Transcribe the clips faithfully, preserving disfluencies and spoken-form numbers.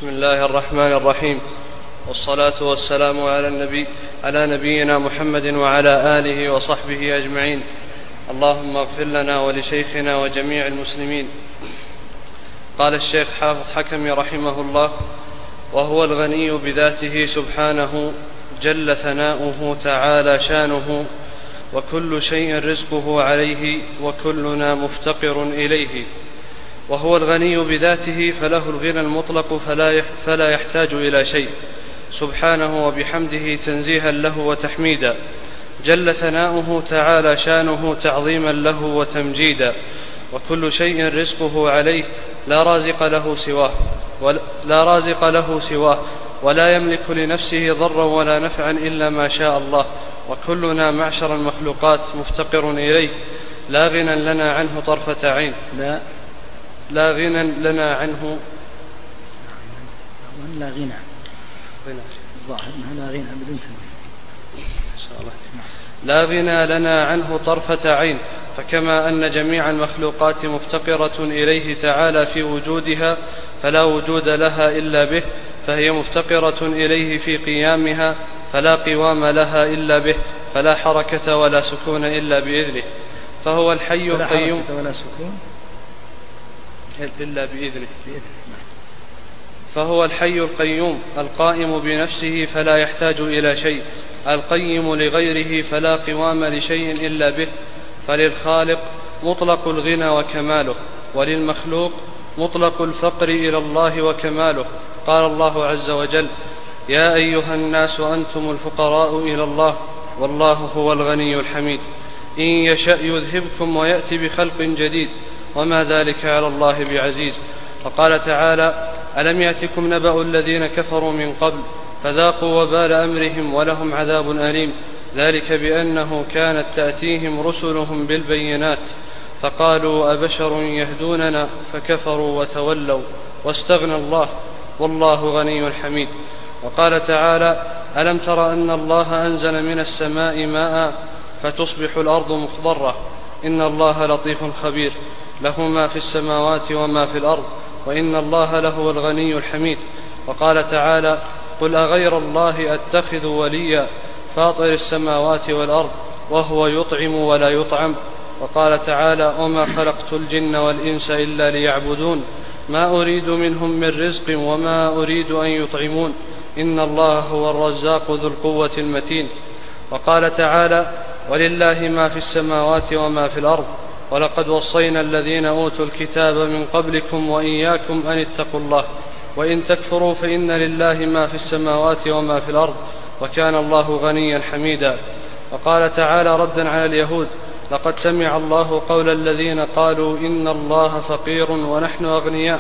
بسم الله الرحمن الرحيم، والصلاة والسلام على النبي على نبينا محمد وعلى آله وصحبه أجمعين. اللهم اغفر لنا ولشيخنا وجميع المسلمين. قال الشيخ حافظ حكمي رحمه الله: وهو الغني بذاته سبحانه جل ثناؤه تعالى شانه، وكل شيء رزقه عليه، وكلنا مفتقر إليه. وهو الغني بذاته فله الغنى المطلق فلا يحتاج إلى شيء سبحانه وبحمده تنزيها له وتحميدا. جل ثناؤه تعالى شانه تعظيما له وتمجيدا. وكل شيء رزقه عليه لا رازق له سواه لا رازق له سواه ولا يملك لنفسه ضرا ولا نفعا إلا ما شاء الله. وكلنا معشر المخلوقات مفتقر إليه، لا غنى لنا عنه طرفة عين لا لا غنى لنا عنه لا غنى الظاهر لا غنى بدون لا غنى لنا عنه طرفة عين. فكما أن جميع المخلوقات مفتقرة إليه تعالى في وجودها فلا وجود لها إلا به، فهي مفتقرة إليه في قيامها فلا قوام لها إلا به، فلا حركة ولا سكون إلا بإذنه. فهو الحي القيوم ولا سكون إلا بإذنه. فهو الحي القيوم القائم بنفسه فلا يحتاج إلى شيء، القيم لغيره فلا قوام لشيء إلا به. فللخالق مطلق الغنى وكماله، وللمخلوق مطلق الفقر إلى الله وكماله. قال الله عز وجل: يا أيها الناس أنتم الفقراء إلى الله والله هو الغني الحميد. إن يشأ يذهبكم ويأتي بخلق جديد وما ذلك على الله بعزيز. وقال تعالى: ألم يأتكم نبأ الذين كفروا من قبل فذاقوا وبال أمرهم ولهم عذاب أليم. ذلك بأنه كانت تأتيهم رسلهم بالبينات فقالوا أبشر يهدوننا فكفروا وتولوا واستغنى الله والله غني حميد. وقال تعالى: ألم تر أن الله أنزل من السماء ماء فتصبح الأرض مخضرة إن الله لطيف خبير له ما في السماوات وما في الأرض وإن الله لهو الغني الحميد. وقال تعالى: قل أغير الله أتخذ وليا فاطر السماوات والأرض وهو يطعم ولا يطعم. وقال تعالى: وما خلقت الجن والإنس إلا ليعبدون ما أريد منهم من رزق وما أريد أن يطعمون إن الله هو الرزاق ذو القوة المتين. وقال تعالى: ولله ما في السماوات وما في الأرض ولقد وصينا الذين أوتوا الكتاب من قبلكم وإياكم أن اتقوا الله وإن تكفروا فإن لله ما في السماوات وما في الأرض وكان الله غنيا حميدا. وقال تعالى ردا على اليهود: لقد سمع الله قول الذين قالوا إن الله فقير ونحن أغنياء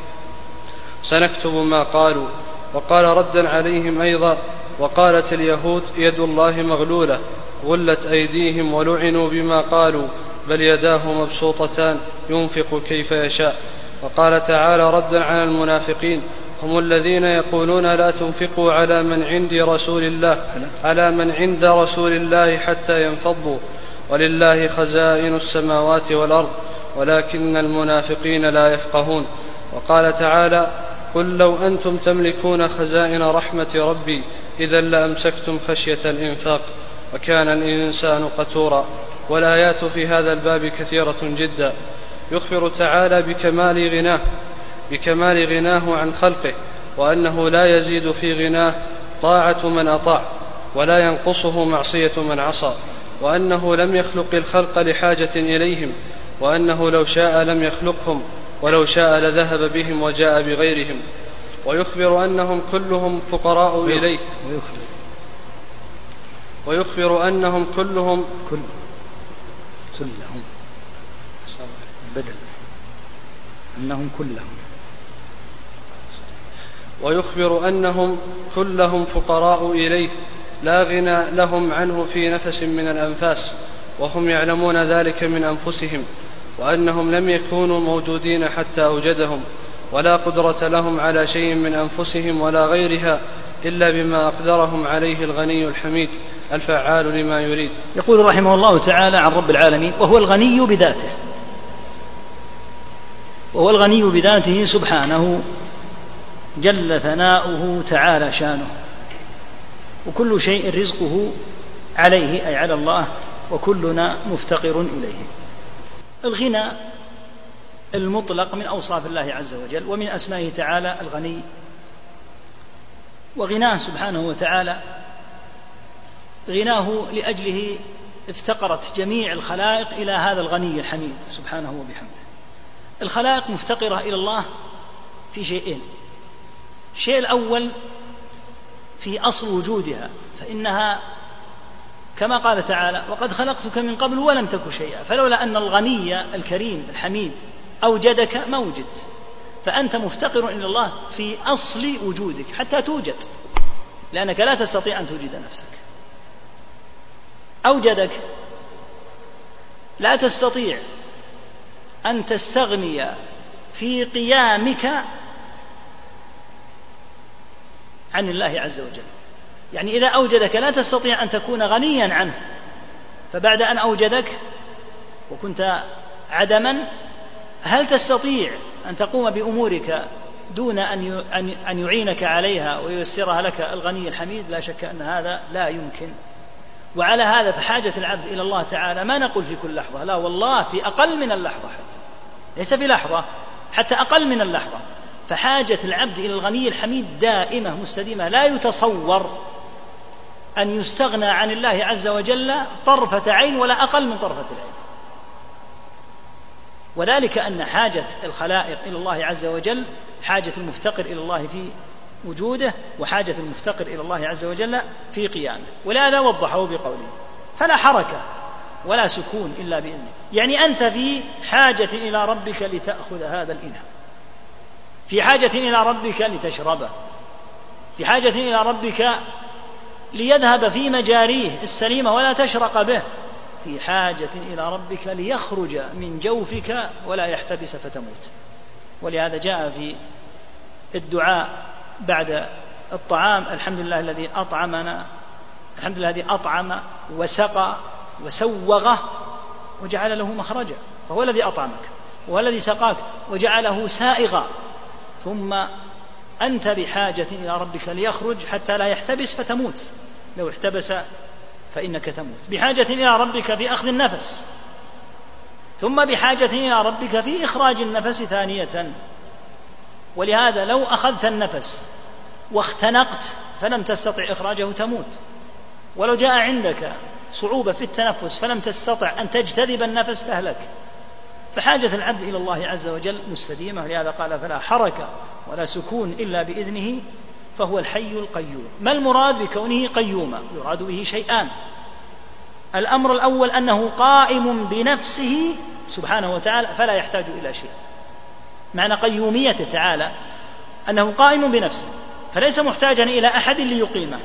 سنكتب ما قالوا. وقال ردا عليهم أيضا: وقالت اليهود يد الله مغلولة غلت أيديهم ولعنوا بما قالوا بل يداه مبسوطتان ينفق كيف يشاء. وقال تعالى ردا على المنافقين: هم الذين يقولون لا تنفقوا على من عند رسول الله على من عند رسول الله حتى ينفضوا ولله خزائن السماوات والأرض ولكن المنافقين لا يفقهون. وقال تعالى: قل لو أنتم تملكون خزائن رحمة ربي إذا لأمسكتم خشية الإنفاق وكان الإنسان قتورا. والآيات في هذا الباب كثيرة جدا. يخبر تعالى بكمال غناه بكمال غناه عن خلقه، وأنه لا يزيد في غناه طاعة من أطاع ولا ينقصه معصية من عصى، وأنه لم يخلق الخلق لحاجة إليهم، وأنه لو شاء لم يخلقهم ولو شاء لذهب بهم وجاء بغيرهم. ويخبر أنهم كلهم فقراء إليه ويخبر أنهم كلهم كل كلهم بدل أنهم كلهم ويخبر أنهم كلهم فقراء إليه لا غنى لهم عنه في نفس من الأنفاس، وهم يعلمون ذلك من أنفسهم، وأنهم لم يكونوا موجودين حتى أوجدهم، ولا قدرة لهم على شيء من أنفسهم ولا غيرها إلا بما أقدرهم عليه الغني الحميد الفعال لما يريد. يقول رحمه الله تعالى عن رب العالمين: وهو الغني بذاته وهو الغني بذاته سبحانه جل ثناؤه تعالى شانه، وكل شيء رزقه عليه أي على الله، وكلنا مفتقر إليه. الغنى المطلق من أوصاف الله عز وجل، ومن أسمائه تعالى الغني، وغناه سبحانه وتعالى غناه لأجله افتقرت جميع الخلائق إلى هذا الغني الحميد سبحانه وبحمده. الخلائق مفتقرة إلى الله في شيئين: الشيء الأول في أصل وجودها، فإنها كما قال تعالى: وقد خلقتك من قبل ولم تك شيئا، فلولا أن الغني الكريم الحميد أوجدك ما وجدت، فأنت مفتقر إلى الله في أصل وجودك حتى توجد، لأنك لا تستطيع أن توجد نفسك. أوجدك، لا تستطيع أن تستغني في قيامك عن الله عز وجل. يعني إذا أوجدك لا تستطيع أن تكون غنيا عنه، فبعد أن أوجدك وكنت عدما هل تستطيع أن تقوم بأمورك دون أن يعينك عليها وييسرها لك الغني الحميد؟ لا شك أن هذا لا يمكن. وعلى هذا فحاجة العبد إلى الله تعالى ما نقول في كل لحظة، لا والله، في أقل من اللحظة، حتى ليس في لحظة، حتى أقل من اللحظة. فحاجة العبد إلى الغني الحميد دائمة مستديمة، لا يتصور أن يستغنى عن الله عز وجل طرفة عين ولا أقل من طرفة العين. وذلك أن حاجة الخلائق إلى الله عز وجل حاجة المفتقر إلى الله في وجوده، وحاجة المفتقر إلى الله عز وجل في قيامه. ولهذا وضحه بقوله: فلا حركة ولا سكون إلا بإذنه. يعني أنت في حاجة إلى ربك لتأخذ هذا الإناء، في حاجة إلى ربك لتشربه، في حاجة إلى ربك ليذهب في مجاريه السليمة ولا تشرق به، في حاجة إلى ربك ليخرج من جوفك ولا يحتبس فتموت. ولهذا جاء في الدعاء بعد الطعام: الحمد لله الذي أطعمنا، الحمد لله الذي أطعم وسقى وسوغ وجعل له مخرجا، فهو الذي أطعمك وهو الذي سقاك وجعله سائغا، ثم أنت بحاجة إلى ربك ليخرج حتى لا يحتبس فتموت، لو احتبس فإنك تموت. بحاجة إلى ربك في أخذ النفس، ثم بحاجة إلى ربك في إخراج النفس ثانية. ولهذا لو أخذت النفس واختنقت فلم تستطع إخراجه تموت، ولو جاء عندك صعوبة في التنفس فلم تستطع أن تجتذب النفس تهلك. فحاجة العبد إلى الله عز وجل مستديمة. لهذا قال: فلا حركة ولا سكون إلا بإذنه، فهو الحي القيوم. ما المراد بكونه قيوما؟ يراد به شيئان: الأمر الأول أنه قائم بنفسه سبحانه وتعالى فلا يحتاج إلى شيء. معنى قيوميته تعالى أنه قائم بنفسه فليس محتاجا إلى أحد ليقيمه.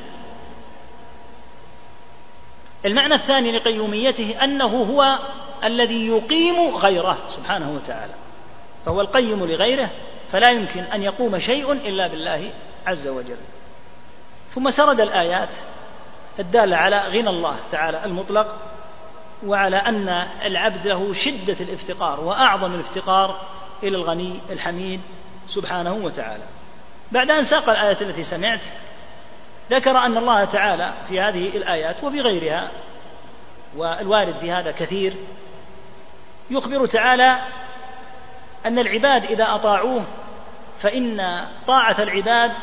المعنى الثاني لقيوميته أنه هو الذي يقيم غيره سبحانه وتعالى، فهو القيم لغيره، فلا يمكن أن يقوم شيء إلا بالله عز وجل. ثم سرد الآيات الدالة على غنى الله تعالى المطلق، وعلى أن العبد له شدة الافتقار وأعظم الافتقار إلى الغني الحميد سبحانه وتعالى. بعد أن ساق الآية التي سمعت ذكر أن الله تعالى في هذه الآيات وفي غيرها، والوارد في هذا كثير، يخبر تعالى أن العباد إذا أطاعوه فإن طاعة العباد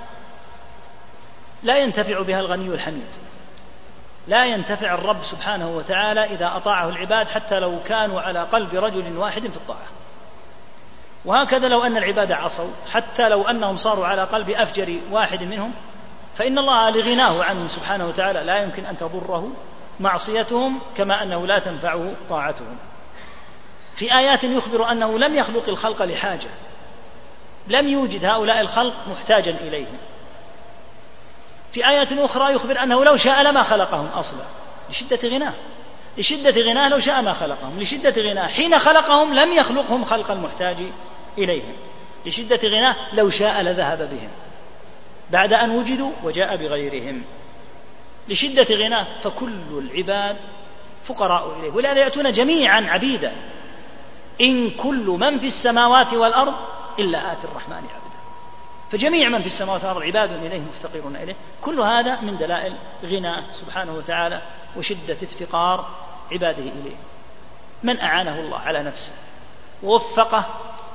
لا ينتفع بها الغني الحميد، لا ينتفع الرب سبحانه وتعالى إذا أطاعه العباد حتى لو كانوا على قلب رجل واحد في الطاعة. وهكذا لو أن العباد عصوا حتى لو أنهم صاروا على قلب أفجر واحد منهم، فإن الله لغناه عنهم سبحانه وتعالى لا يمكن أن تضره معصيتهم كما أنه لا تنفعه طاعتهم. في آيات يخبر أنه لم يخلق الخلق لحاجة، لم يوجد هؤلاء الخلق محتاجا إليهم. في آيات أخرى يخبر أنه لو شاء لما خلقهم أصلا لشدة غناه، لشدة غناه لو شاء ما خلقهم، لشدة غناه حين خلقهم لم يخلقهم خلق المحتاج إليهم، لشدة غناه لو شاء لذهب بهم بعد أن وجدوا وجاء بغيرهم، لشدة غناه فكل العباد فقراء إليه. ولهذا يأتون جميعا عبيدا: إن كل من في السماوات والأرض إلا آتي الرحمن عبدا. فجميع من في السماوات والأرض عباد إليه مفتقرون إليه. كل هذا من دلائل غنى سبحانه وتعالى وشدة افتقار عباده إليه. من أعانه الله على نفسه ووفقه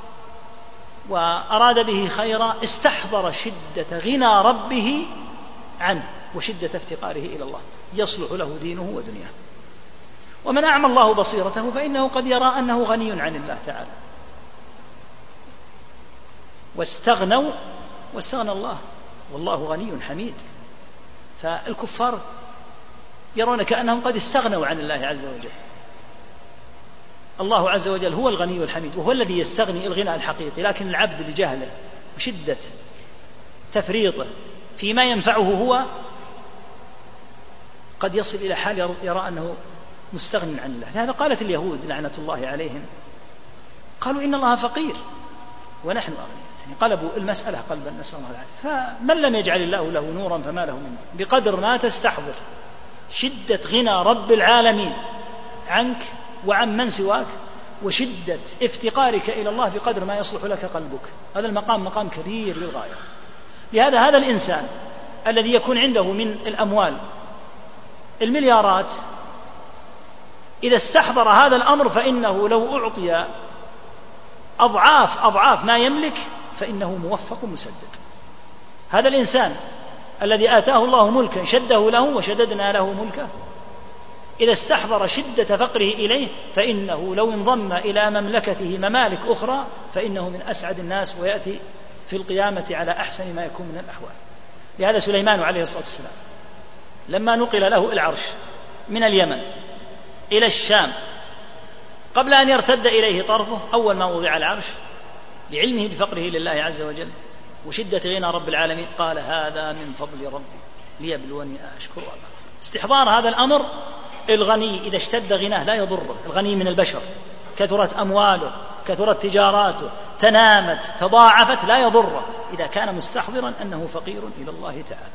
وأراد به خيرا استحضر شدة غنى ربه عنه وشدة افتقاره إلى الله، يصلح له دينه ودنياه. ومن أعمى الله بصيرته فإنه قد يرى أنه غني عن الله تعالى. واستغنوا واستغنى الله والله غني حميد. فالكفار يرون كأنهم قد استغنوا عن الله عز وجل. الله عز وجل هو الغني الحميد وهو الذي يستغني الغنى الحقيقي، لكن العبد لجهله وشدة تفريطه فيما ينفعه هو قد يصل إلى حال يرى أنه مستغن عن الله. لهذا قالت اليهود لعنة الله عليهم، قالوا إن الله فقير ونحن أغنياء، يعني قلبوا المسألة قلبا نسأل الله العافية. فمن لم يجعل الله له نورا فما له من نور. بقدر ما تستحضر شدة غنى رب العالمين عنك وعن من سواك وشدة افتقارك إلى الله بقدر ما يصلح لك قلبك. هذا المقام مقام كبير للغاية. لهذا هذا الإنسان الذي يكون عنده من الأموال المليارات إذا استحضر هذا الأمر فإنه لو أعطي أضعاف أضعاف ما يملك فإنه موفق مسدد. هذا الإنسان الذي آتاه الله ملكا شده له وشددنا له ملكه إذا استحضر شدة فقره إليه فإنه لو انضم إلى مملكته ممالك أخرى فإنه من أسعد الناس ويأتي في القيامة على أحسن ما يكون من الأحوال. لهذا سليمان عليه الصلاة والسلام لما نقل له العرش من اليمن إلى الشام قبل أن يرتد إليه طرفه أول ما وضع العرش لعلمه بفقره لله عز وجل وشدة غنى رب العالمين قال هذا من فضل ربي ليبلوني أشكر أم أكفر. استحضار هذا الأمر. الغني إذا اشتد غناه لا يضره. الغني من البشر كثرت أمواله كثرت تجاراته تنامت تضاعفت لا يضره إذا كان مستحضرا أنه فقير إلى الله تعالى.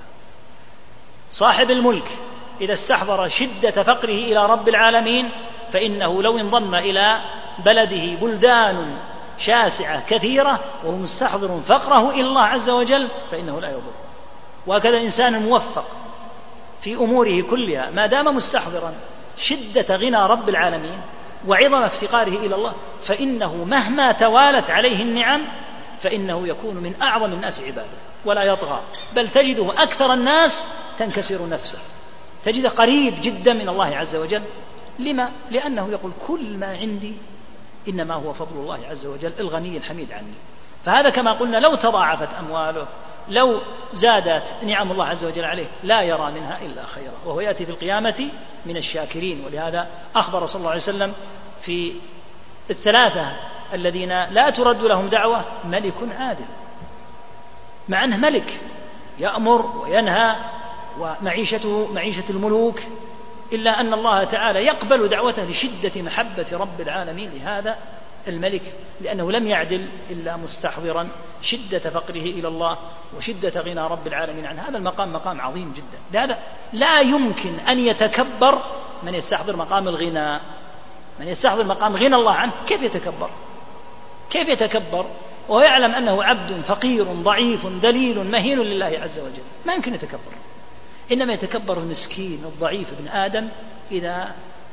صاحب الملك إذا استحضر شدة فقره إلى رب العالمين فإنه لو انضم إلى بلده بلدان شاسعة كثيرة وهو مستحضر فقره إلى الله عز وجل فإنه لا يضر. وهكذا الإنسان الموفق في أموره كلها ما دام مستحضرا شدة غنى رب العالمين وعظم افتقاره إلى الله فإنه مهما توالت عليه النعم فإنه يكون من أعظم الناس عبادة ولا يطغى، بل تجده أكثر الناس تنكسر نفسه، تجده قريب جدا من الله عز وجل. لما؟ لأنه يقول كل ما عندي إنما هو فضل الله عز وجل الغني الحميد عني. فهذا كما قلنا لو تضاعفت أمواله لو زادت نعم الله عز وجل عليه لا يرى منها إلا خيرا وهو يأتي في القيامة من الشاكرين. ولهذا أخبر صلى الله عليه وسلم في الثلاثة الذين لا ترد لهم دعوة ملك عادل، مع أنه ملك يأمر وينهى ومعيشته معيشة الملوك إلا أن الله تعالى يقبل دعوته لشدة محبة رب العالمين لهذا الملك لأنه لم يعدل إلا مستحضرا شدة فقره إلى الله وشدة غنى رب العالمين عن هذا المقام مقام عظيم جدا. لهذا لا يمكن أن يتكبر من يستحضر مقام الغنى. من يستحضر مقام غنى الله عنه كيف يتكبر؟ كيف يتكبر وهو يعلم أنه عبد فقير ضعيف ذليل مهين لله عز وجل؟ ما يمكن يتكبر. إنما يتكبر المسكين الضعيف ابن آدم إذا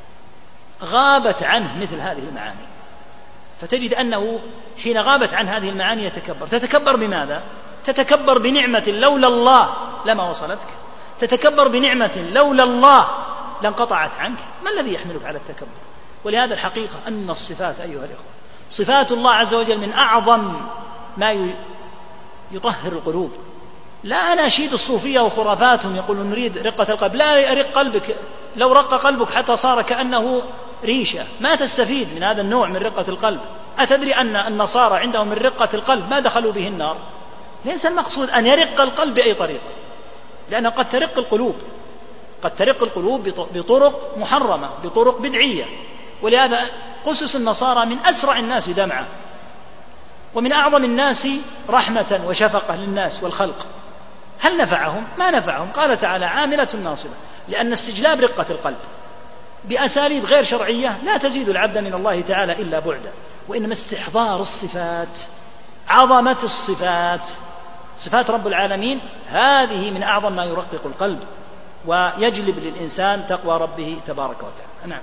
غابت عنه مثل هذه المعاني. فتجد أنه حين غابت عن هذه المعاني يتكبر. تتكبر بماذا؟ تتكبر بنعمة لولا الله لما وصلتك، تتكبر بنعمة لولا الله لانقطعت عنك. ما الذي يحملك على التكبر؟ ولهذا الحقيقة أن الصفات أيها الإخوة صفات الله عز وجل من أعظم ما يطهر القلوب. لا أناشيد الصوفية وخرافاتهم يقولون نريد رقة القلب. لا يرق قلبك، لو رق قلبك حتى صار كأنه ريشة ما تستفيد من هذا النوع من رقة القلب. أتدري أن النصارى عندهم من رقة القلب ما دخلوا به النار؟ ليس المقصود أن يرق القلب بأي طريقة، لأنه قد ترق القلوب قد ترق القلوب بطرق محرمة بطرق بدعية. ولهذا قسس النصارى من أسرع الناس دمعة ومن أعظم الناس رحمة وشفقة للناس والخلق. هل نفعهم؟ ما نفعهم. قال تعالى عاملة ناصبة، لأن استجلاب رقة القلب بأساليب غير شرعية لا تزيد العبد من الله تعالى إلا بعدا. وإنما استحضار الصفات، عظمة الصفات، صفات رب العالمين هذه من أعظم ما يرقق القلب ويجلب للإنسان تقوى ربه تبارك وتعالى. نعم.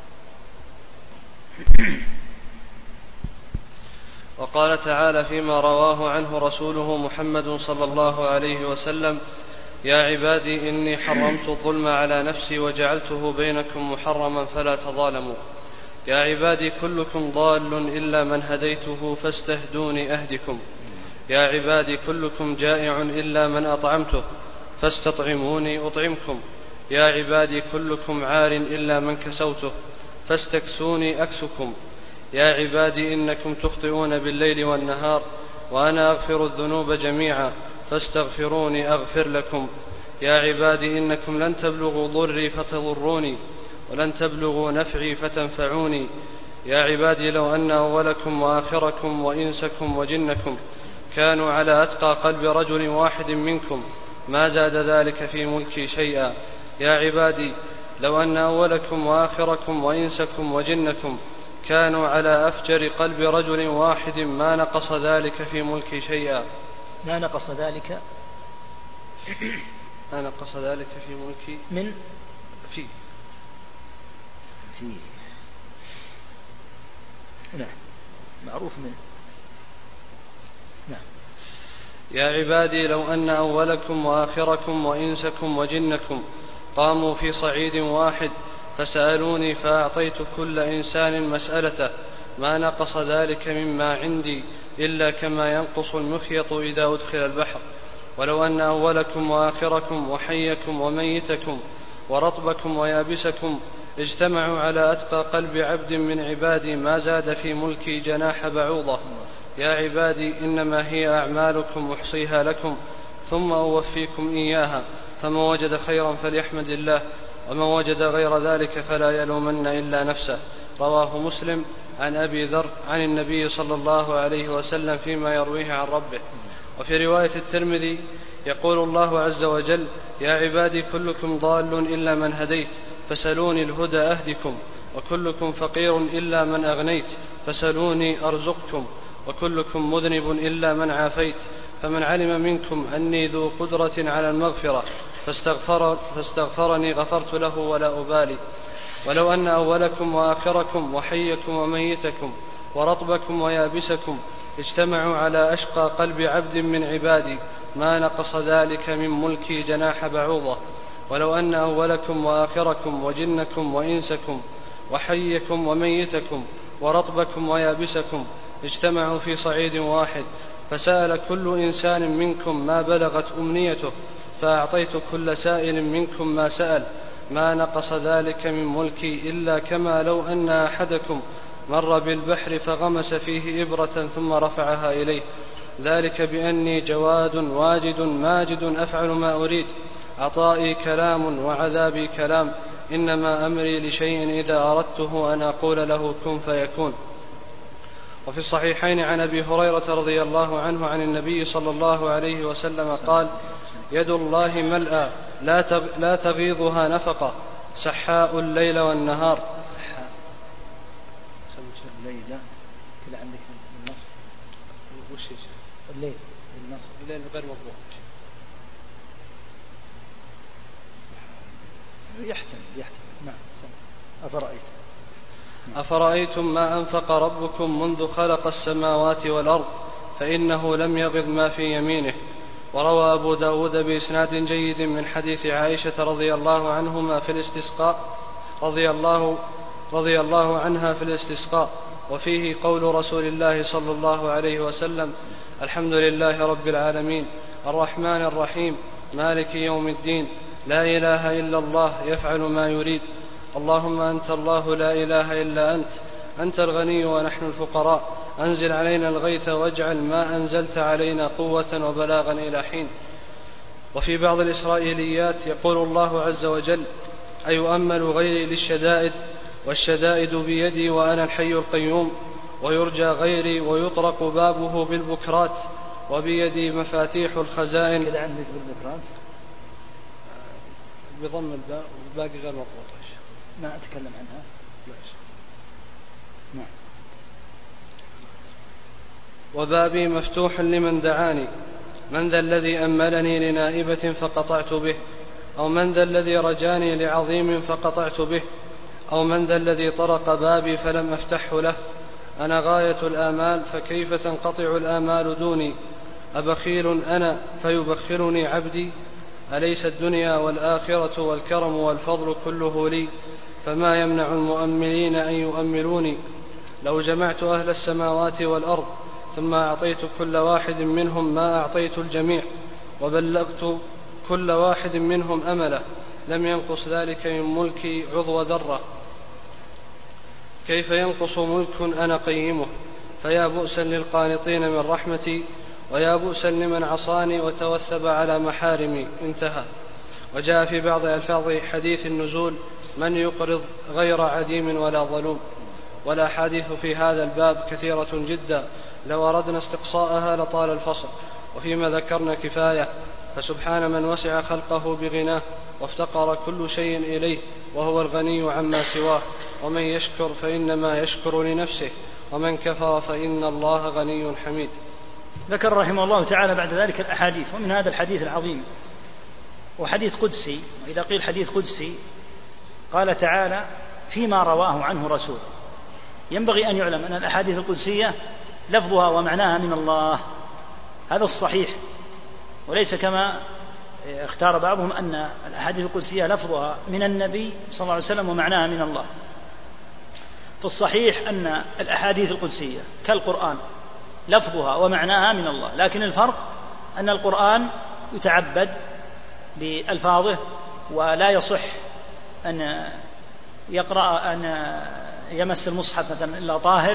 وقال تعالى فيما رواه عنه رسوله محمد صلى الله عليه وسلم: يا عبادي إني حرمت الظلم على نفسي وجعلته بينكم محرما فلا تظالموا. يا عبادي كلكم ضال إلا من هديته فاستهدوني أهدكم. يا عبادي كلكم جائع إلا من أطعمته فاستطعموني أطعمكم. يا عبادي كلكم عار إلا من كسوته فاستكسوني أكسكم. يا عبادي إنكم تخطئون بالليل والنهار وأنا أغفر الذنوب جميعا فاستغفروني أغفر لكم. يا عبادي إنكم لن تبلغوا ضري فتضروني ولن تبلغوا نفعي فتنفعوني. يا عبادي لو أن أولكم وآخركم وإنسكم وجنكم كانوا على أتقى قلب رجل واحد منكم ما زاد ذلك في ملكي شيئا. يا عبادي لو أن أولكم وآخركم وإنسكم وجنكم كانوا على أفجر قلب رجل واحد ما نقص ذلك في ملكي شيئا. ما نقص ذلك ما نقص ذلك في ملكي من في في نعم معروف من نعم. يا عبادي لو أن أولكم وآخركم وإنسكم وجنكم قاموا في صعيد واحد فسألوني فأعطيت كل إنسان مسألته ما نقص ذلك مما عندي إلا كما ينقص المخيط إذا أدخل البحر. ولو أن أولكم وآخركم وحيكم وميتكم ورطبكم ويابسكم اجتمعوا على أتقى قلب عبد من عبادي ما زاد في ملكي جناح بعوضة. يا عبادي إنما هي أعمالكم أحصيها لكم ثم أوفيكم إياها فمن وجد خيرا فليحمد الله ومن وجد غير ذلك فلا يلومن إلا نفسه. رواه مسلم عن أبي ذر عن النبي صلى الله عليه وسلم فيما يرويه عن ربه. وفي رواية الترمذي يقول الله عز وجل: يا عبادي كلكم ضال إلا من هديت فسلوني الهدى أهدكم. وكلكم فقير إلا من أغنيت فسلوني أرزقكم. وكلكم مذنب إلا من عافيت فمن علم منكم أني ذو قدرة على المغفرة فاستغفر فاستغفرني غفرت له ولا أبالي. ولو أن أولكم وآخركم وحيكم وميتكم ورطبكم ويابسكم اجتمعوا على أشقى قلب عبد من عبادي ما نقص ذلك من ملكي جناح بعوضة. ولو أن أولكم وآخركم وجنكم وإنسكم وحيكم وميتكم ورطبكم ويابسكم اجتمعوا في صعيد واحد فسأل كل إنسان منكم ما بلغت أمنيته فأعطيت كل سائل منكم ما سأل ما نقص ذلك من ملكي إلا كما لو أن أحدكم مر بالبحر فغمس فيه إبرة ثم رفعها إليه. ذلك بأني جواد واجد ماجد أفعل ما أريد. عطائي كلام وعذابي كلام. إنما أمري لشيء إذا أردته أن أقول له كن فيكون. وفي الصحيحين عن أبي هريرة رضي الله عنه عن النبي صلى الله عليه وسلم قال: يد الله ملأى لا تغيضها نفقة سحاء الليل والنهار. سحاء الليل كده عندك النصب وش الليل النصب الليل غير مضبوط يحتمل يحتمل نعم. أفرأيت أفرأيتم ما أنفق ربكم منذ خلق السماوات والأرض فإنه لم يغض ما في يمينه. وروى أبو داود بإسناد جيد من حديث عائشة رضي الله عنهما في الاستسقاء رضي الله, رضي الله عنها في الاستسقاء وفيه قول رسول الله صلى الله عليه وسلم: الحمد لله رب العالمين الرحمن الرحيم مالك يوم الدين لا إله إلا الله يفعل ما يريد. اللهم أنت الله لا إله إلا أنت أنت الغني ونحن الفقراء أنزل علينا الغيث واجعل ما أنزلت علينا قوة وبلاغا إلى حين. وفي بعض الإسرائيليات يقول الله عز وجل: أيؤمل غيري للشدائد والشدائد بيدي وأنا الحي القيوم ويرجى غيري ويطرق بابه بالبكرات وبيدي مفاتيح الخزائن. كده عندك بالبكرات بضم الباء والباقي غير مضبوط ما أتكلم عنها. نعم. وبابي مفتوح لمن دعاني من ذا الذي أملني لنائبة فقطعت به، أو من ذا الذي رجاني لعظيم فقطعت به، أو من ذا الذي طرق بابي فلم أفتحه له. أنا غاية الآمال فكيف تنقطع الآمال دوني، أبخيل أنا فيبخلني عبدي، أليس الدنيا والآخرة والكرم والفضل كله لي، فما يمنع المؤملين أن يؤملوني. لو جمعت أهل السماوات والأرض ثم أعطيت كل واحد منهم ما أعطيت الجميع وبلغت كل واحد منهم أمله لم ينقص ذلك من ملكي عضو ذرة. كيف ينقص ملك أنا قيمه؟ فيا بؤسا للقانطين من رحمتي، ويا بؤسا لمن عصاني وتوثب على محارمي. انتهى. وجاء في بعض ألفاظ حديث النزول: من يقرض غير عديم ولا ظلوم. والأحاديث في هذا الباب كثيرة جدا، لو أردنا استقصاءها لطال الفصل، وفيما ذكرنا كفاية. فسبحان من وسع خلقه بغناه وافتقر كل شيء إليه، وهو الغني عما سواه. ومن يشكر فإنما يشكر لنفسه، ومن كفر فإن الله غني حميد. ذكر رحمه الله تعالى بعد ذلك الأحاديث، ومن هذا الحديث العظيم وحديث قدسي. وإذا قيل حديث قدسي قال تعالى فيما رواه عنه رسول. ينبغي أن يعلم أن الأحاديث القدسية لفظها ومعناها من الله، هذا الصحيح، وليس كما اختار بعضهم أن الأحاديث القدسية لفظها من النبي صلى الله عليه وسلم ومعناها من الله. فالصحيح أن الأحاديث القدسية كالقرآن لفظها ومعناها من الله، لكن الفرق أن القرآن يتعبد بألفاظه ولا يصح أن يقرأ أن يمس المصحف مثلا إلا طاهر،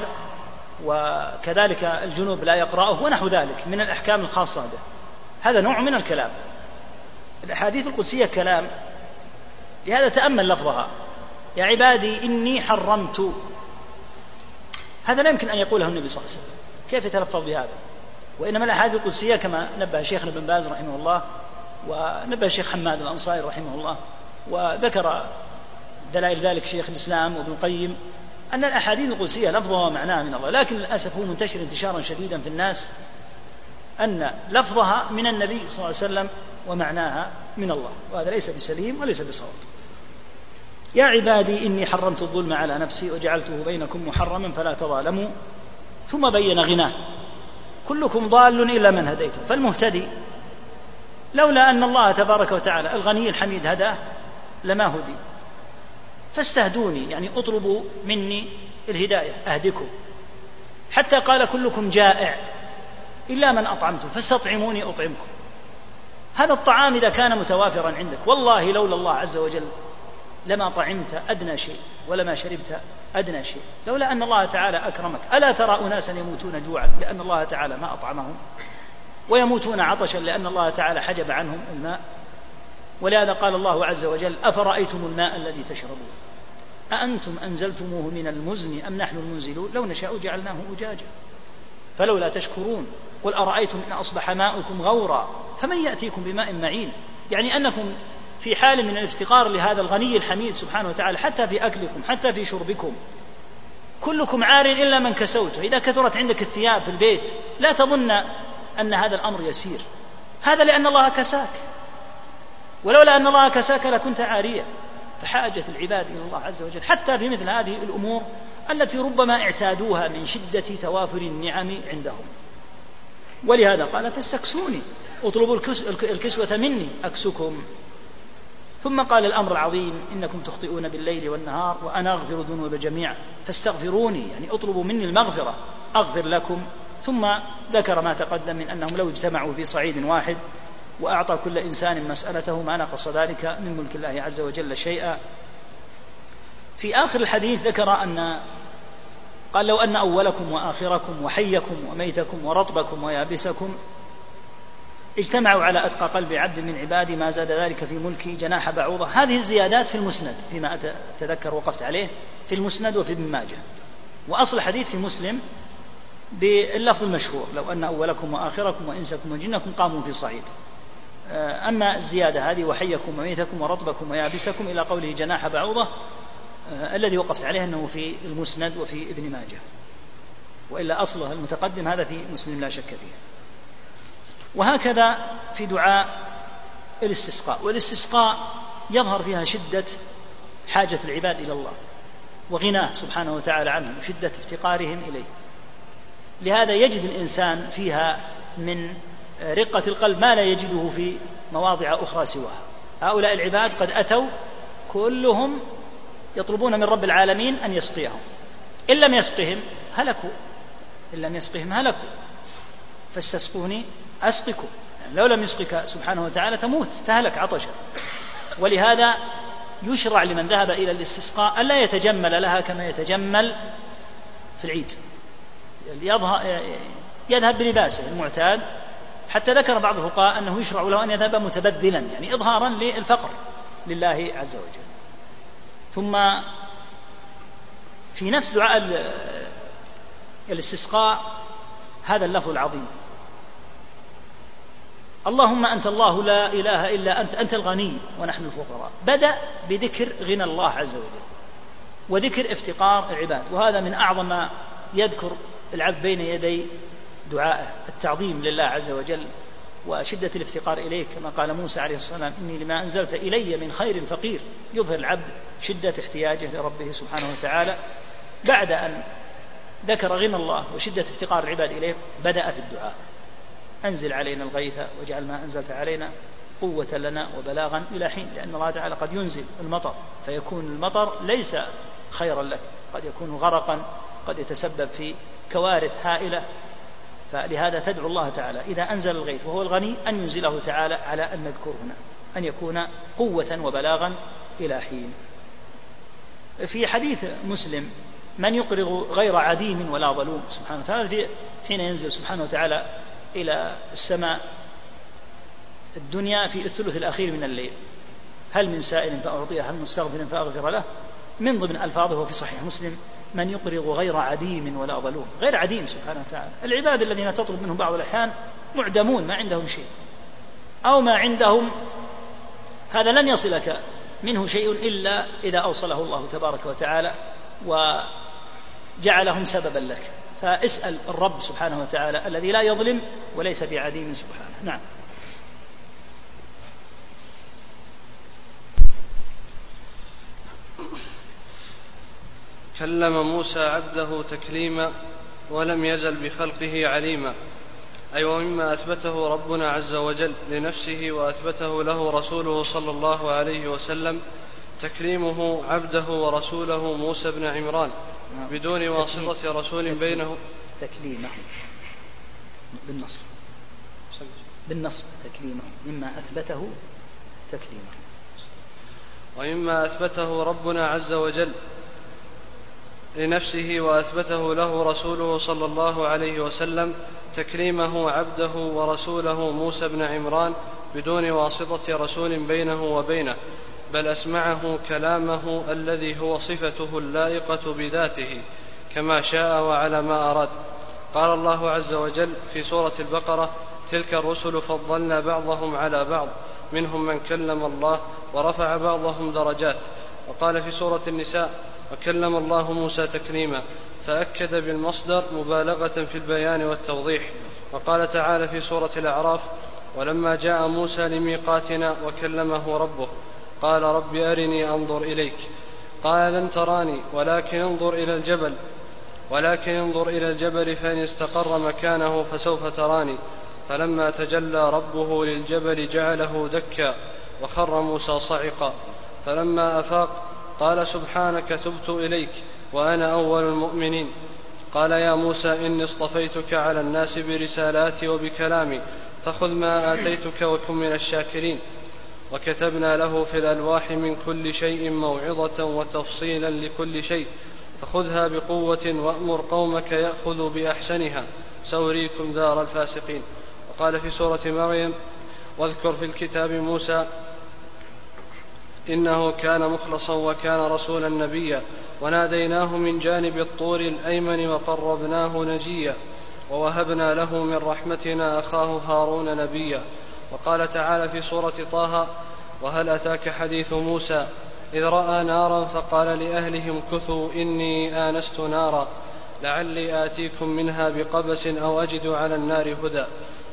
وكذلك الجنوب لا يقرأه ونحو ذلك من الأحكام الخاصة به. هذا نوع من الكلام. الأحاديث القدسية كلام، لهذا تأمل لفظها: يا عبادي إني حرمت. هذا لا يمكن أن يقوله النبي صلى الله عليه وسلم، كيف يتلفظ بهذا؟ وإنما الأحاديث القدسية كما نبه شيخنا بن باز رحمه الله، ونبه الشيخ حماد الأنصاري رحمه الله، وذكر دلائل ذلك شيخ الإسلام وابن القيم، أن الأحاديث القدسية لفظها ومعناها من الله. لكن للأسف هو منتشر انتشارا شديدا في الناس أن لفظها من النبي صلى الله عليه وسلم ومعناها من الله، وهذا ليس بسليم وليس بصواب. يا عبادي إني حرمت الظلم على نفسي وجعلته بينكم محرما فلا تظالموا. ثم بين غناه: كلكم ضال إلا من هديته. فالمهتدي لولا أن الله تبارك وتعالى الغني الحميد هداه لما هدي. فاستهدوني، يعني اطلبوا مني الهداية أهدكم. حتى قال: كلكم جائع إلا من أطعمته فاستطعموني أطعمكم. هذا الطعام إذا كان متوافرا عندك، والله لولا الله عز وجل لما طعمت أدنى شيء ولما شربت أدنى شيء، لولا أن الله تعالى أكرمك. ألا ترى أناسا يموتون جوعا لأن الله تعالى ما أطعمهم، ويموتون عطشا لأن الله تعالى حجب عنهم الماء؟ ولهذا قال الله عز وجل: أفرأيتم الماء الذي تشربون أأنتم أنزلتموه من المزن أم نحن المنزلون لو نشاء جعلناه أجاجا فلولا تشكرون قل أرأيتم إن أصبح ماؤكم غورا فمن يأتيكم بماء معين. يعني أنكم في حال من الافتقار لهذا الغني الحميد سبحانه وتعالى، حتى في أكلكم حتى في شربكم. كلكم عار إلا من كسوته. إذا كثرت عندك الثياب في البيت لا تظن أن هذا الأمر يسير، هذا لأن الله كساك، ولولا أن الله كساك لكنت عاريا. فحاجة العباد إلى الله عز وجل حتى في مثل هذه الأمور التي ربما اعتادوها من شدة توافر النعم عندهم. ولهذا قال: فاستكسوني، اطلبوا الكسوة مني أكسكم. ثم قال الأمر العظيم: إنكم تخطئون بالليل والنهار وأنا أغفر الذنوب جميعا فاستغفروني، يعني اطلبوا مني المغفرة أغفر لكم. ثم ذكر ما تقدم من أنهم لو اجتمعوا في صعيد واحد وأعطى كل إنسان مسألته ما نقص ذلك من ملك الله عز وجل شيئا. في آخر الحديث ذكر أن قال: لو أن أولكم وآخركم وحيكم وميتكم ورطبكم ويابسكم اجتمعوا على أتقى قلب عبد من عبادي ما زاد ذلك في ملكي جناح بعوضة. هذه الزيادات في المسند فيما أتذكر وقفت عليه في المسند وفي ابن ماجه، وأصل الحديث في مسلم باللفظ المشهور: لو أن أولكم وآخركم وإنسكم وجنكم قاموا في صعيد. أما الزيادة هذه وحيكم وميتكم ورطبكم ويابسكم إلى قوله جناح بعوضة الذي وقفت عليه أنه في المسند وفي ابن ماجه، وإلا أصله المتقدم هذا في مسلم لا شك فيه. وهكذا في دعاء الاستسقاء، والاستسقاء يظهر فيها شدة حاجة العباد إلى الله وغناه سبحانه وتعالى عنهم وشدة افتقارهم إليه. لهذا يجد الإنسان فيها من رقة القلب ما لا يجده في مواضع أخرى سواها. هؤلاء العباد قد أتوا كلهم يطلبون من رب العالمين أن يسقيهم، إن لم يسقهم هلكوا، إن لم يسقهم هلكوا. فاستسقوني أسقكم، يعني لو لم يسقك سبحانه وتعالى تموت تهلك عطشا. ولهذا يشرع لمن ذهب إلى الاستسقاء ألا يتجمل لها كما يتجمل في العيد، يذهب بلباسه المعتاد، حتى ذكر بعض الفقهاء أنه يشرع له أن يذهب متبذلا، يعني إظهارا للفقر لله عز وجل. ثم في نفس دعاء الاستسقاء هذا اللفظ العظيم: اللهم أنت الله لا إله إلا أنت، أنت الغني ونحن الفقراء. بدأ بذكر غنى الله عز وجل وذكر افتقار العباد، وهذا من أعظم ما يذكر العبد بين يدي دعائه، التعظيم لله عز وجل وشدة الافتقار إليه، كما قال موسى عليه السلام: إني لما أنزلت إلي من خير فقير. يظهر العبد شدة احتياجه لربه سبحانه وتعالى. بعد أن ذكر غنى الله وشدة افتقار العباد إليه بدأ في الدعاء: أنزل علينا الغيث واجعل ما أنزلت علينا قوة لنا وبلاغا إلى حين. لأن الله تعالى قد ينزل المطر فيكون المطر ليس خيرا لك، قد يكون غرقا، قد يتسبب في كوارث هائلة. فلهذا تدعو الله تعالى إذا أنزل الغيث وهو الغني أن ينزله تعالى على أن نذكر هنا، أن يكون قوة وبلاغا إلى حين. في حديث مسلم: من يقرض غير عديم ولا ظلوم سبحانه وتعالى، حين ينزل سبحانه وتعالى إلى السماء الدنيا في الثلث الأخير من الليل: هل من سائل فأعطيه، هل مستغفر فأغفر له. من ضمن ألفاظه في صحيح مسلم: من يقرض غير عديم ولا ظلوم. غير عديم سبحانه وتعالى، العباد الذين تطلب منهم بعض الأحيان معدمون، ما عندهم شيء، أو ما عندهم هذا لن يصلك منه شيء إلا إذا أوصله الله تبارك وتعالى وجعلهم سببا لك. فاسأل الرب سبحانه وتعالى الذي لا يظلم وليس بعديم سبحانه. نعم. كلم موسى عبده تكليما ولم يزل بخلقه عليما. أي ومما أثبته ربنا عز وجل لنفسه وأثبته له رسوله صلى الله عليه وسلم تكليمه عبده ورسوله موسى بن عمران بدون واسطة رسول بينه. تكليمه بالنصب بالنصب تكليمه، مما أثبته تكليمه. ومما أثبته ربنا عز وجل لنفسه وأثبته له رسوله صلى الله عليه وسلم تكليمه عبده ورسوله موسى بن عمران بدون واسطة رسول بينه وبينه، بل أسمعه كلامه الذي هو صفته اللائقة بذاته كما شاء وعلى ما أراد. قال الله عز وجل في سورة البقرة: تلك الرسل فضلنا بعضهم على بعض منهم من كلم الله ورفع بعضهم درجات. وقال في سورة النساء: وكلم الله موسى تكليما، فأكد بالمصدر مبالغة في البيان والتوضيح. وقال تعالى في سورة الأعراف: ولما جاء موسى لميقاتنا وكلمه ربه قال رب أرني أنظر إليك قال لن تراني ولكن انظر إلى الجبل ولكن انظر إلى الجبل فإن استقر مكانه فسوف تراني فلما تجلى ربه للجبل جعله دكا وخر موسى صعقا فلما أفاق قال سبحانك تبت إليك وأنا أول المؤمنين. قال يا موسى إني اصطفيتك على الناس برسالاتي وبكلامي فخذ ما آتيتك وكن من الشاكرين. وكتبنا له في الألواح من كل شيء موعظة وتفصيلا لكل شيء فخذها بقوة وأمر قومك يأخذوا بأحسنها سأريكم دار الفاسقين. وقال في سورة مريم: واذكر في الكتاب موسى إنه كان مخلصا وكان رسولا نبيا وناديناه من جانب الطور الأيمن وقربناه نجيا ووهبنا له من رحمتنا أخاه هارون نبيا. وقال تعالى في سورة طه: وهل أتاك حديث موسى إذ رأى نارا فقال لأهلهم كثوا إني آنست نارا لعلي آتيكم منها بقبس أو أجد على النار هدى.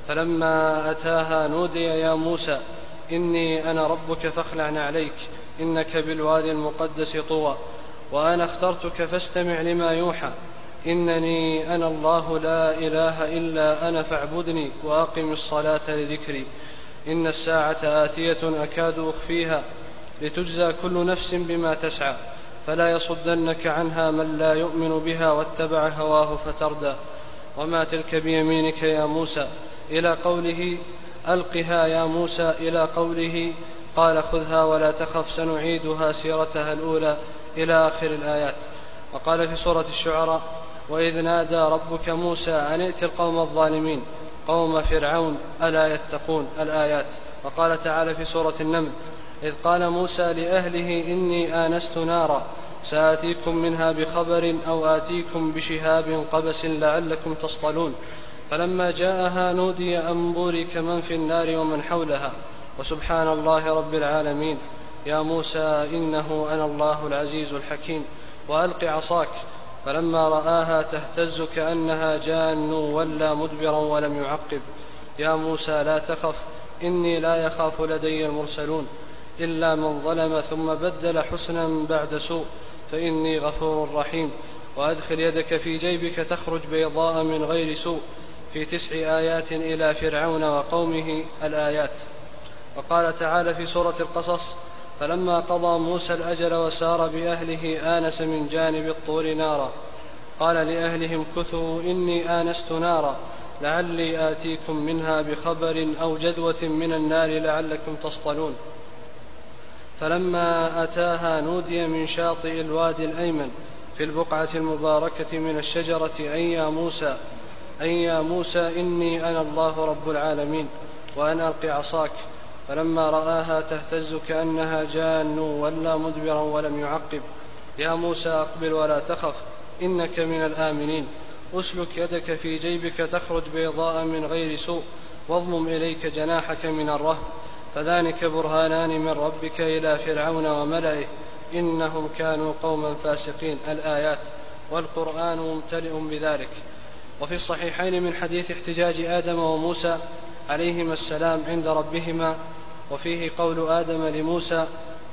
فلما أتاها نودي يا موسى إني أنا ربك فاخلع عليك إنك بالوادي المقدس طوى وأنا اخترتك فاستمع لما يوحى إنني أنا الله لا إله إلا أنا فاعبدني وأقم الصلاة لذكري إن الساعة آتية أكاد أخفيها لتجزى كل نفس بما تسعى فلا يصدنك عنها من لا يؤمن بها واتبع هواه فتردى وما تلك بيمينك يا موسى إلى قوله ألقها يا موسى إلى قوله قال خذها ولا تخف سنعيدها سيرتها الأولى إلى آخر الآيات. وقال في سورة الشعراء وإذ نادى ربك موسى أن ائت القوم الظالمين قوم فرعون ألا يتقون الآيات. وقال تعالى في سورة النمل إذ قال موسى لأهله إني آنست نارا سآتيكم منها بخبر أو آتيكم بشهاب قبس لعلكم تصطلون فلما جاءها نودي أن بورك من في النار ومن حولها وسبحان الله رب العالمين يا موسى إنه أنا الله العزيز الحكيم وألق عصاك فلما رآها تهتز كأنها جان ولى مدبرا ولم يعقب يا موسى لا تخف إني لا يخاف لدي المرسلون إلا من ظلم ثم بدل حسنا بعد سوء فإني غفور رحيم وأدخل يدك في جيبك تخرج بيضاء من غير سوء في تسع آيات إلى فرعون وقومه الآيات. وقال تعالى في سورة القصص فلما قضى موسى الأجل وسار بأهله آنس من جانب الطور نارا قال لأهلهم كثوا إني آنست نارا لعلي آتيكم منها بخبر أو جذوة من النار لعلكم تصطلون فلما أتاها نودي من شاطئ الوادي الأيمن في البقعة المباركة من الشجرة أي يا موسى أي يا موسى إني أنا الله رب العالمين وأن ألق عصاك فلما رآها تهتز كأنها جان ولا مدبرا ولم يعقب يا موسى أقبل ولا تخف إنك من الآمنين أسلك يدك في جيبك تخرج بيضاء من غير سوء واضمم إليك جناحك من الرهب فذلك برهانان من ربك إلى فرعون وملئه إنهم كانوا قوما فاسقين الآيات. والقرآن ممتلئ بذلك. وفي الصحيحين من حديث احتجاج آدم وموسى عليهما السلام عند ربهما وفيه قول آدم لموسى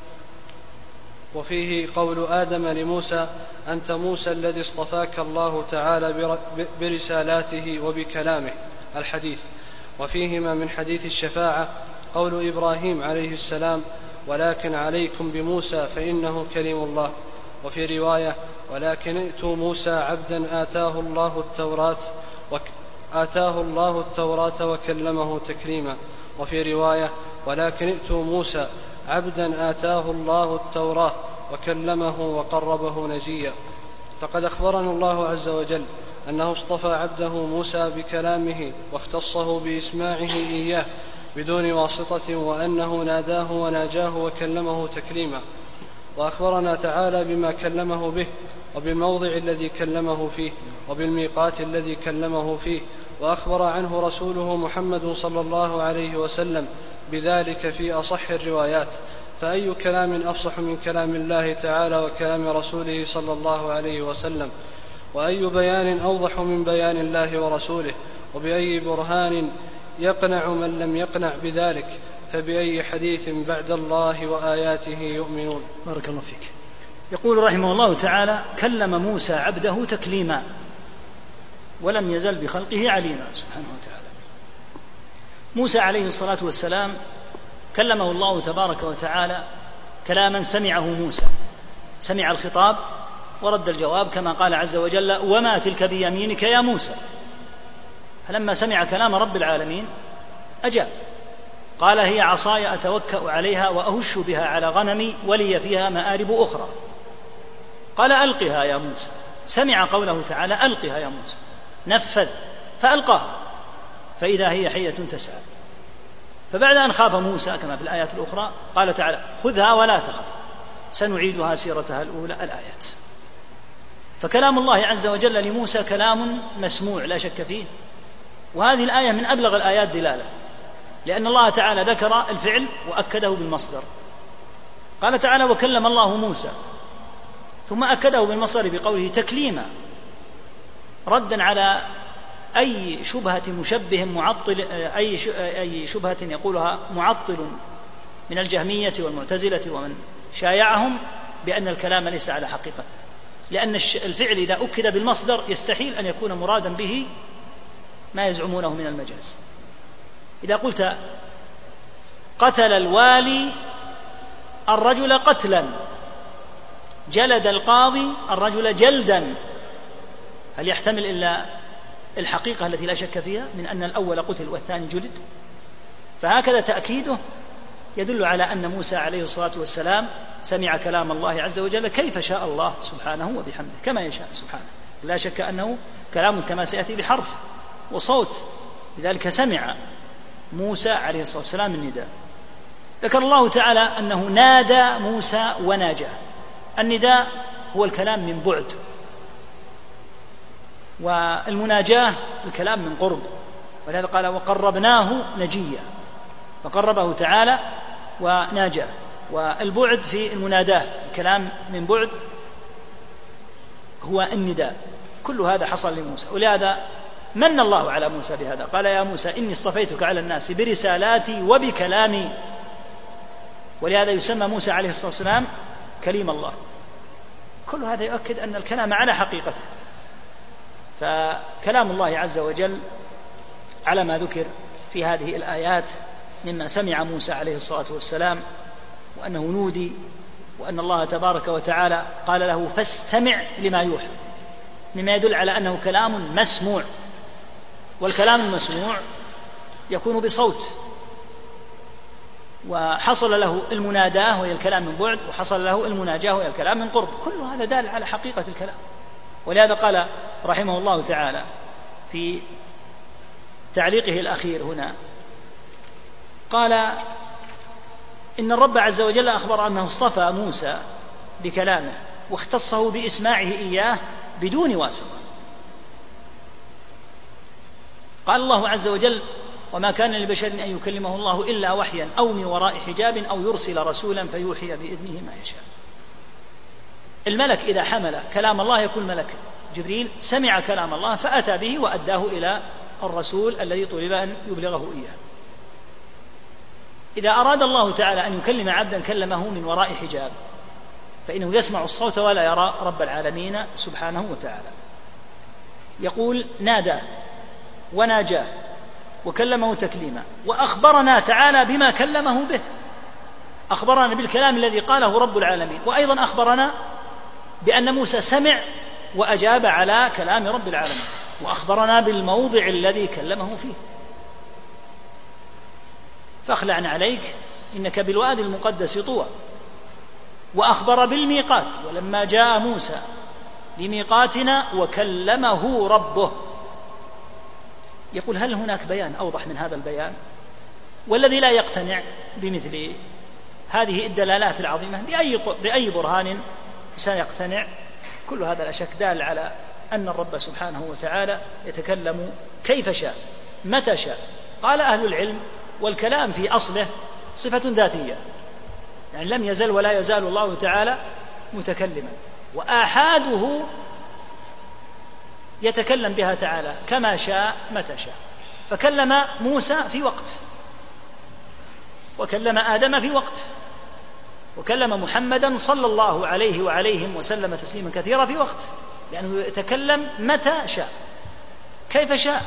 وفيه قول آدم لموسى أنت موسى الذي اصطفاك الله تعالى برسالاته وبكلامه الحديث. وفيهما من حديث الشفاعة قول إبراهيم عليه السلام ولكن عليكم بموسى فإنه كلم الله. وفي رواية ولكن ائتوا موسى عبدا آتاه الله التوراة وك آتاه الله التوراة وكلمه تكريما. وفي رواية ولكن ائتوا موسى عبدا آتاه الله التوراة وكلمه وقربه نجيا. فقد أخبرنا الله عز وجل أنه اصطفى عبده موسى بكلامه واختصه بإسماعه إياه بدون واسطة وأنه ناداه وناجاه وكلمه تكليما. وأخبرنا تعالى بما كلمه به وبالموضع الذي كلمه فيه وبالميقات الذي كلمه فيه. وأخبر عنه رسوله محمد صلى الله عليه وسلم بذلك في أصح الروايات. فأي كلام أفصح من كلام الله تعالى وكلام رسوله صلى الله عليه وسلم وأي بيان أوضح من بيان الله ورسوله وبأي برهان يقنع من لم يقنع بذلك فبأي حديث بعد الله وآياته يؤمنون. بارك الله فيك. يقول رحمه الله تعالى كلم موسى عبده تكليما ولم يزل بخلقه عليما سبحانه وتعالى. موسى عليه الصلاة والسلام كلمه الله تبارك وتعالى كلاما سمعه موسى سمع الخطاب ورد الجواب كما قال عز وجل وما تلك بيمينك يا موسى. فلما سمع كلام رب العالمين أجاب قال هي عصاي أتوكأ عليها وأهش بها على غنمي ولي فيها مآرب أخرى. قال ألقها يا موسى. سمع قوله تعالى ألقها يا موسى نفذ فألقاها فإذا هي حية تسعى. فبعد أن خاف موسى كما في الآيات الأخرى قال تعالى خذها ولا تخف سنعيدها سيرتها الأولى الآيات. فكلام الله عز وجل لموسى كلام مسموع لا شك فيه. وهذه الآية من أبلغ الآيات دلالة لأن الله تعالى ذكر الفعل وأكده بالمصدر. قال تعالى وكلم الله موسى ثم أكده بالمصدر بقوله تكليما ردا على أي شبهة مشبه معطل أي أي شبهة يقولها معطل من الجهمية والمعتزلة ومن شايعهم بأن الكلام ليس على حقيقته، لأن الفعل إذا أكد بالمصدر يستحيل أن يكون مرادا به ما يزعمونه من المجاز. إذا قلت قتل الوالي الرجل قتلا، جلد القاضي الرجل جلدا، هل يحتمل إلا الحقيقة التي لا شك فيها من أن الأول قتل والثاني جلد؟ فهكذا تأكيده يدل على أن موسى عليه الصلاة والسلام سمع كلام الله عز وجل كيف شاء الله سبحانه وبحمده كما يشاء سبحانه، لا شك أنه كلام كما سيأتي بحرف وصوت، لذلك سمع موسى عليه الصلاة والسلام النداء. ذكر الله تعالى أنه نادى موسى وناجاه. النداء هو الكلام من بعد، والمناجاة الكلام من قرب، ولهذا قال وقربناه نجيا، فقربه تعالى وناجاه. والبعد في المناداة الكلام من بعد هو النداء. كل هذا حصل لموسى، ولهذا من الله على موسى بهذا، قال يا موسى إني اصطفيتك على الناس برسالاتي وبكلامي، ولهذا يسمى موسى عليه الصلاة والسلام كليم الله. كل هذا يؤكد أن الكلام على حقيقته. فكلام الله عز وجل على ما ذكر في هذه الآيات مما سمع موسى عليه الصلاة والسلام، وأنه نودي، وأن الله تبارك وتعالى قال له فاستمع لما يوحى، مما يدل على أنه كلام مسموع، والكلام المسموع يكون بصوت، وحصل له المناداة وهي الكلام من بعد، وحصل له المناجاة وهي الكلام من قرب. كل هذا دال على حقيقة الكلام. ولهذا قال رحمه الله تعالى في تعليقه الأخير هنا، قال إن الرب عز وجل أخبر أنه اصطفى موسى بكلامه واختصه بإسماعه إياه بدون واسطة. قال الله عز وجل وما كان لبشر أن يكلمه الله إلا وحيا أو من وراء حجاب أو يرسل رسولا فيوحي بإذنه ما يشاء. الملك إذا حمل كلام الله يكون ملك جبريل سمع كلام الله فأتى به وأداه إلى الرسول الذي طلب أن يبلغه إياه. إذا أراد الله تعالى أن يكلم عبدا كلمه من وراء حجاب، فإنه يسمع الصوت ولا يرى رب العالمين سبحانه وتعالى. يقول نادى وناجاه وكلمه تكليما، وأخبرنا تعالى بما كلمه به، أخبرنا بالكلام الذي قاله رب العالمين، وأيضا أخبرنا بأن موسى سمع وأجاب على كلام رب العالمين، وأخبرنا بالموضع الذي كلمه فيه. فاخلع عليك إنك بالوادي المقدس طوى. وأخبر بالميقات ولما جاء موسى لميقاتنا وكلمه ربه. يقول هل هناك بيان أوضح من هذا البيان؟ والذي لا يقتنع بمثل هذه الدلالات العظيمة بأي بأي برهان سيقتنع؟ كل هذا لا شك دال على أن الرب سبحانه وتعالى يتكلم كيف شاء متى شاء. قال أهل العلم والكلام في أصله صفة ذاتية، يعني لم يزل ولا يزال الله تعالى متكلما، وآحاده يتكلم بها تعالى كما شاء متى شاء. فكلم موسى في وقت، وكلم آدم في وقت، وكلم محمدا صلى الله عليه وعليهم وسلم تسليما كثيرا في وقت، لأنه يتكلم متى شاء كيف شاء.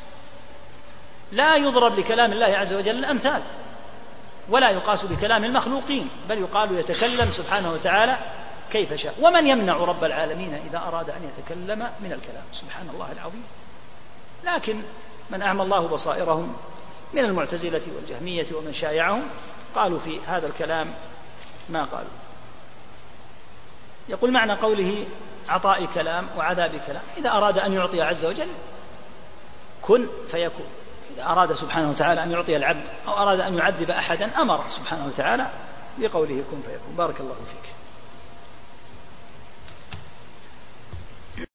لا يضرب لكلام الله عز وجل الأمثال، ولا يقاس بكلام المخلوقين، بل يقال يتكلم سبحانه وتعالى كيف شاء. ومن يمنع رب العالمين إذا أراد أن يتكلم من الكلام؟ سبحان الله العظيم. لكن من أعمى الله بصائرهم من المعتزلة والجهمية ومن شايعهم قالوا في هذا الكلام ما قالوا. يقول معنى قوله عطاء كلام وعذاب كلام، إذا أراد أن يعطي عز وجل كن فيكون. إذا أراد سبحانه وتعالى أن يعطي العبد أو أراد أن يعذب أحدا أمر سبحانه وتعالى بقوله كن فيكون. بارك الله فيك.